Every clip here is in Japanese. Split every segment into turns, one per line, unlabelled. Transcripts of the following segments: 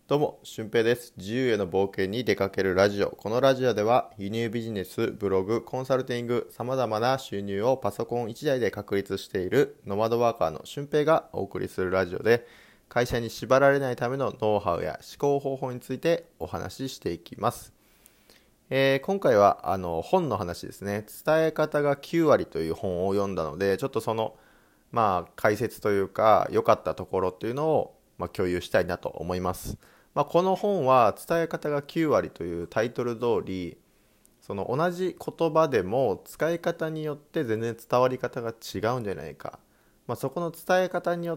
どうも、俊平です。自由への冒険に出かけるラジオ。このラジオでは、輸入ビジネス、ブログ、コンサルティング、様々な収入をパソコン1台で確立しているノマドワーカーの俊平がお送りするラジオで、会社に縛られないためのノウハウや思考方法についてお話ししていきます。今回は本の話ですね。伝え方が9割という本を読んだので、ちょっとその、解説というか、良かったところっていうのを、共有したいなと思います。この本は伝え方が9割というタイトル通り、その同じ言葉でも使い方によって全然伝わり方が違うんじゃないか。そこの伝え方によって、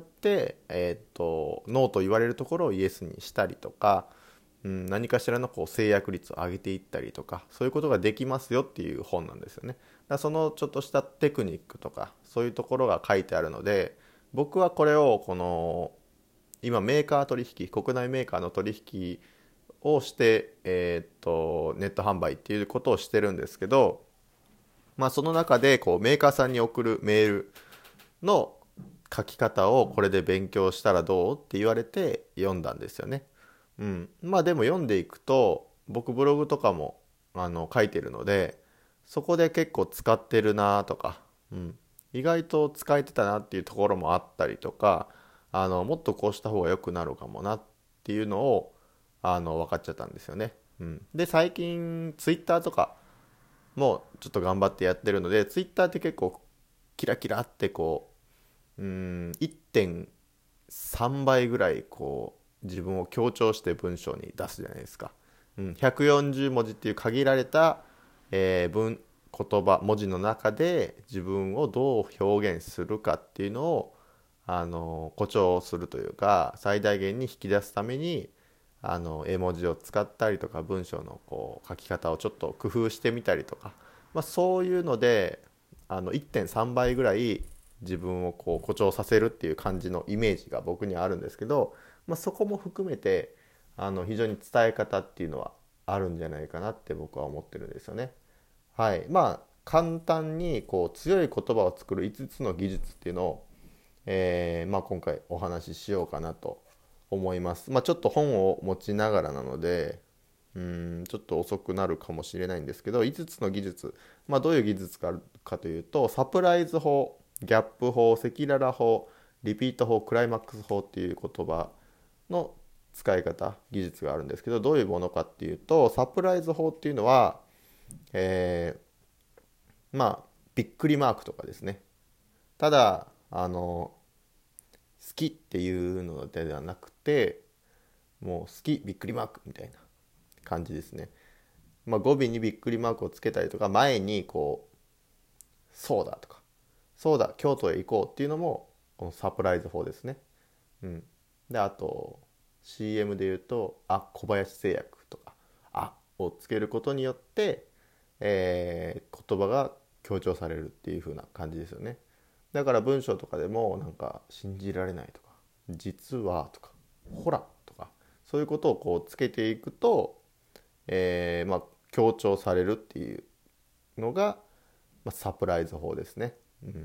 ノーと言われるところをイエスにしたりとか、何かしらの制約率を上げていったりとか、そういうことができますよっていう本なんですよね。そのちょっとしたテクニックとか、そういうところが書いてあるので、僕はこれを今メーカー取引、国内メーカーの取引をして、ネット販売っていうことをしてるんですけど、その中でメーカーさんに送るメールの書き方をこれで勉強したらどうって言われて読んだんですよね。でも読んでいくと、僕ブログとかも書いてるので、そこで結構使ってるなとか、意外と使えてたなっていうところもあったりとか、もっとこうした方が良くなるかもなっていうのを分かっちゃったんですよね。で、最近ツイッターとかもちょっと頑張ってやってるので、ツイッターって結構キラキラって1.3倍ぐらい自分を強調して文章に出すじゃないですか。140文字っていう限られた、言葉文字の中で自分をどう表現するかっていうのを誇張するというか、最大限に引き出すために絵文字を使ったりとか、文章の書き方をちょっと工夫してみたりとか、そういうので1.3倍ぐらい自分を誇張させるっていう感じのイメージが僕にはあるんですけど、そこも含めて非常に伝え方っていうのはあるんじゃないかなって僕は思ってるんですよね。はい。簡単に強い言葉を作る5つの技術っていうのを、今回お話ししようかなと思います。ちょっと本を持ちながらなので、ちょっと遅くなるかもしれないんですけど、5つの技術、どういう技術があるかというと、サプライズ法、ギャップ法、赤裸々法、リピート法、クライマックス法っていう言葉の使い方、技術があるんですけど、どういうものかっていうと、サプライズ法っていうのは、えびっくりマークとかですね。ただ、好きっていうのではなくて、もう好き、びっくりマークみたいな感じですね。語尾にびっくりマークをつけたりとか、前にそうだとか、そうだ、京都へ行こうっていうのも、このサプライズ法ですね。で、あと、CM で言うと、小林製薬とか、をつけることによって、言葉が強調されるっていう風な感じですよね。だから文章とかでも、なんか、信じられないとか、実はとか、ほらとか、そういうことをつけていくと、強調されるっていうのが、サプライズ法ですね。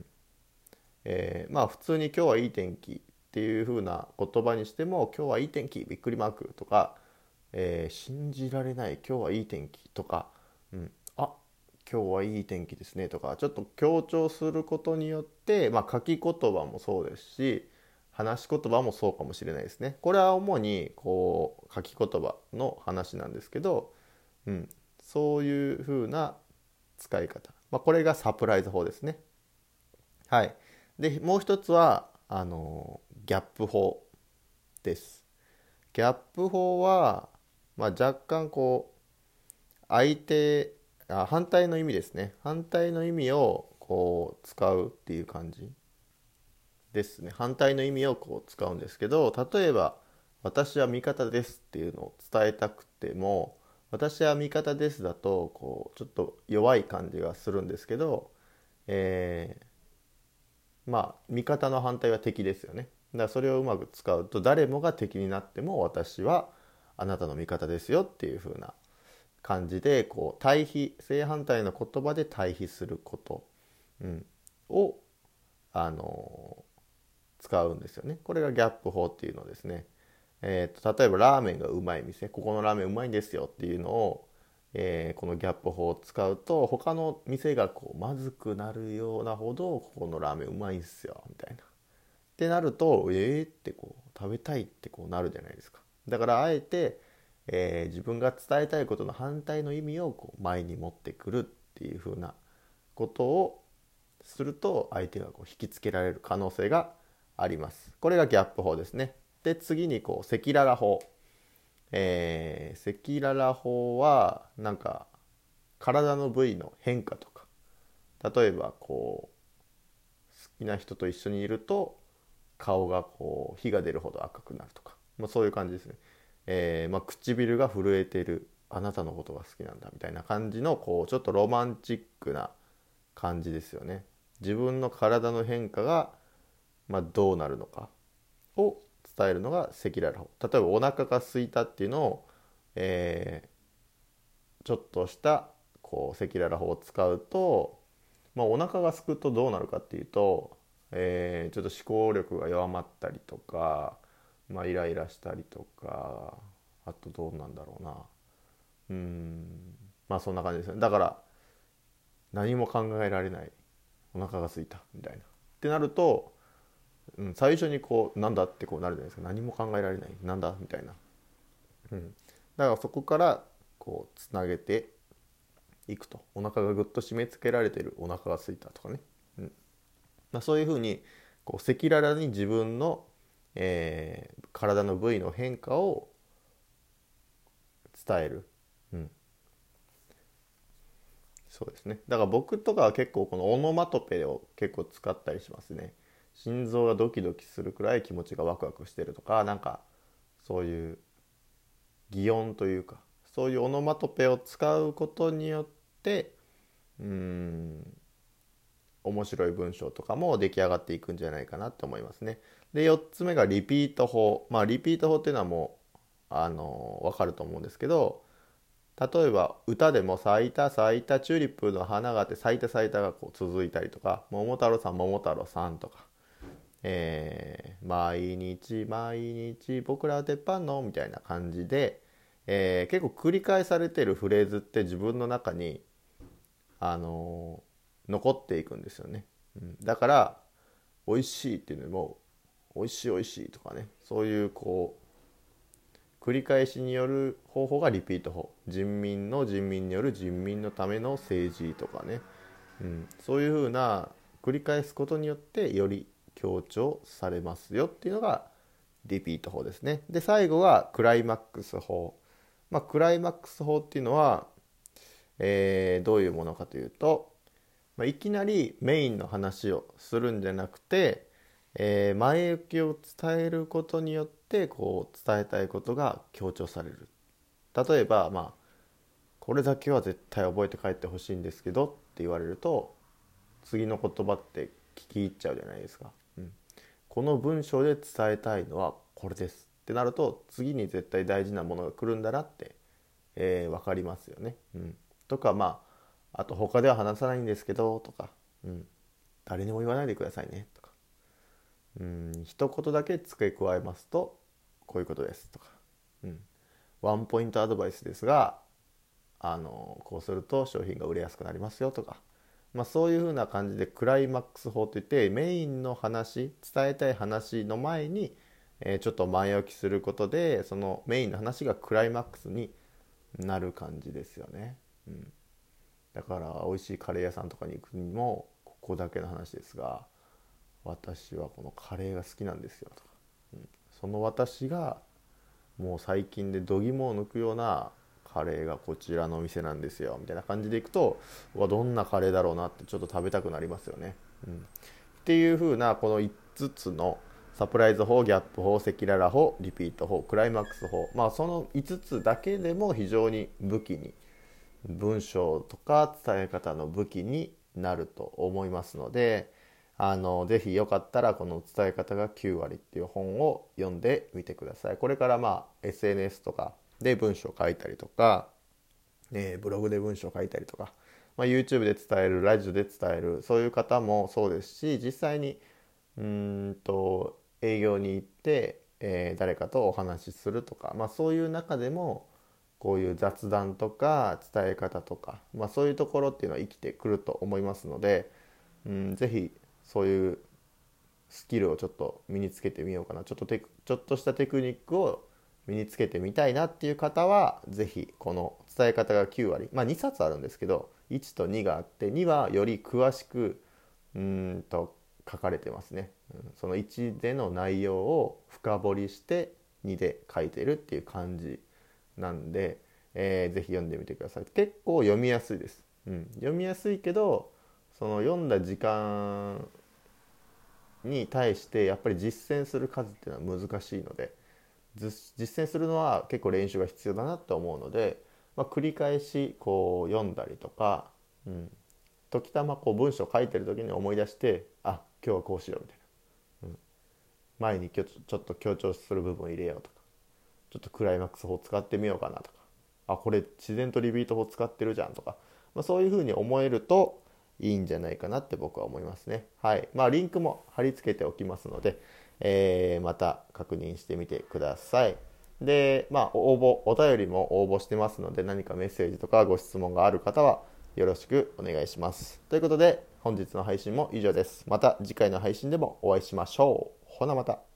普通に今日はいい天気っていう風な言葉にしても、今日はいい天気びっくりマークとか、信じられない今日はいい天気とか、今日はいい天気ですねとか、ちょっと強調することによって、書き言葉もそうですし、話し言葉もそうかもしれないですね。これは主に書き言葉の話なんですけど、そういう風な使い方、これがサプライズ法ですね。はい。で、もう一つはギャップ法です。ギャップ法は、若干相手反対の意味ですね。反対の意味を使うっていう感じですね。反対の意味を使うんですけど、例えば私は味方ですっていうのを伝えたくても、私は味方ですだとちょっと弱い感じがするんですけど、え味方の反対は敵ですよね。だからそれをうまく使うと、誰もが敵になっても私はあなたの味方ですよっていう風な感じで、対比、正反対の言葉で対比すること、をあの使うんですよね。これがギャップ法っていうのですね。 例えばラーメンがうまい店、ここのラーメンうまいんですよっていうのを、このギャップ法を使うと他の店がこうまずくなるようなほどここのラーメンうまいんすよみたいなってなるとってこう食べたいってこうなるじゃないですか。だからあえて、自分が伝えたいことの反対の意味をこう前に持ってくるっていう風なことをすると相手がこう引きつけられる可能性があります。これがギャップ法ですね。で次にこう赤裸々法、赤裸々法はなんか体の部位の変化とか、例えばこう好きな人と一緒にいると顔がこう火が出るほど赤くなるとか、そういう感じですね。唇が震えている、あなたのことが好きなんだみたいな感じのこうちょっとロマンチックな感じですよね。自分の体の変化が、どうなるのかを伝えるのが赤裸々法。例えばお腹が空いたっていうのを、ちょっとしたこう赤裸々法を使うと、お腹が空くとどうなるかっていうと、ちょっと思考力が弱まったりとか、イライラしたりとか、あとどうなんだろうな、そんな感じですね。だから何も考えられない、お腹が空いたみたいなってなると、最初にこうなんだってこうなるじゃないですか。何も考えられない、なんだみたいな、だからそこからこうつなげていくと、お腹がぐっと締め付けられている、お腹が空いたとかね、そういうふうにこう赤裸々に自分の、体の部位の変化を伝える、そうですね。だから僕とかは結構このオノマトペを結構使ったりしますね。心臓がドキドキするくらい気持ちがワクワクしてるとか、なんかそういう擬音というか、そういうオノマトペを使うことによって面白い文章とかも出来上がっていくんじゃないかなと思いますね。で4つ目がリピート法。リピート法っていうのはもう分かると思うんですけど、例えば歌でも咲いた咲いたチューリップの花があって、咲いた咲いたがこう続いたりとか、桃太郎さん桃太郎さんとか、毎日毎日僕らは鉄板のみたいな感じで、結構繰り返されてるフレーズって自分の中に残っていくんですよね。だから美味しいっていうのも美味しい美味しいとかね、そういうこう繰り返しによる方法がリピート法。人民の人民による人民のための政治とかね、そういうふうな繰り返すことによってより強調されますよっていうのがリピート法ですね。で最後はクライマックス法。クライマックス法っていうのは、どういうものかというと、いきなりメインの話をするんじゃなくて、前置きを伝えることによってこう伝えたいことが強調される。例えば、これだけは絶対覚えて帰ってほしいんですけどって言われると、次の言葉って聞き入っちゃうじゃないですか。この文章で伝えたいのはこれですってなると、次に絶対大事なものが来るんだなって、分かりますよね。とかあと他では話さないんですけどとか、誰にも言わないでくださいねとか、一言だけ付け加えますとこういうことですとか、ワンポイントアドバイスですがこうすると商品が売れやすくなりますよとか、そういう風な感じでクライマックス法といって、メインの話、伝えたい話の前に、ちょっと前置きすることでそのメインの話がクライマックスになる感じですよね。だから美味しいカレー屋さんとかに行くにもここだけの話ですが、私はこのカレーが好きなんですよとか、その私がもう最近で度肝を抜くようなカレーがこちらのお店なんですよみたいな感じでいくと、どんなカレーだろうなってちょっと食べたくなりますよね。っていう風なこの5つのサプライズ法、ギャップ法、赤裸々法、リピート法、クライマックス法、その5つだけでも非常に武器に、文章とか伝え方の武器になると思いますので、ぜひよかったらこの伝え方が9割っていう本を読んでみてください。これからSNS とかで文章を書いたりとか、ブログで文章を書いたりとか、YouTube で伝える、ラジオで伝える、そういう方もそうですし、実際に営業に行って誰かとお話しするとか、そういう中でもこういう雑談とか伝え方とか、そういうところっていうのは生きてくると思いますので、ぜひそういうスキルをちょっと身につけてみようかな、ちょっとしたテクニックを身につけてみたいなっていう方は、ぜひこの伝え方が9割、2冊あるんですけど、1と2があって、2はより詳しく書かれてますね。その1での内容を深掘りして2で書いてるっていう感じなんで、ぜひ読んでみてください。結構読みやすいです。読みやすいけど、その読んだ時間に対してやっぱり実践する数っていうのは難しいので、実践するのは結構練習が必要だなと思うので、繰り返しこう読んだりとか、時たまこう文章を書いてる時に思い出して、あ、今日はこうしようみたいな、前にちょっと強調する部分を入れようとか、ちょっとクライマックス法使ってみようかなとか、あ、これ自然とリピート法使ってるじゃんとか、そういうふうに思えるといいんじゃないかなって僕は思いますね。はい。リンクも貼り付けておきますので、また確認してみてください。で、お便りも応募してますので、何かメッセージとかご質問がある方はよろしくお願いします。ということで、本日の配信も以上です。また次回の配信でもお会いしましょう。ほなまた。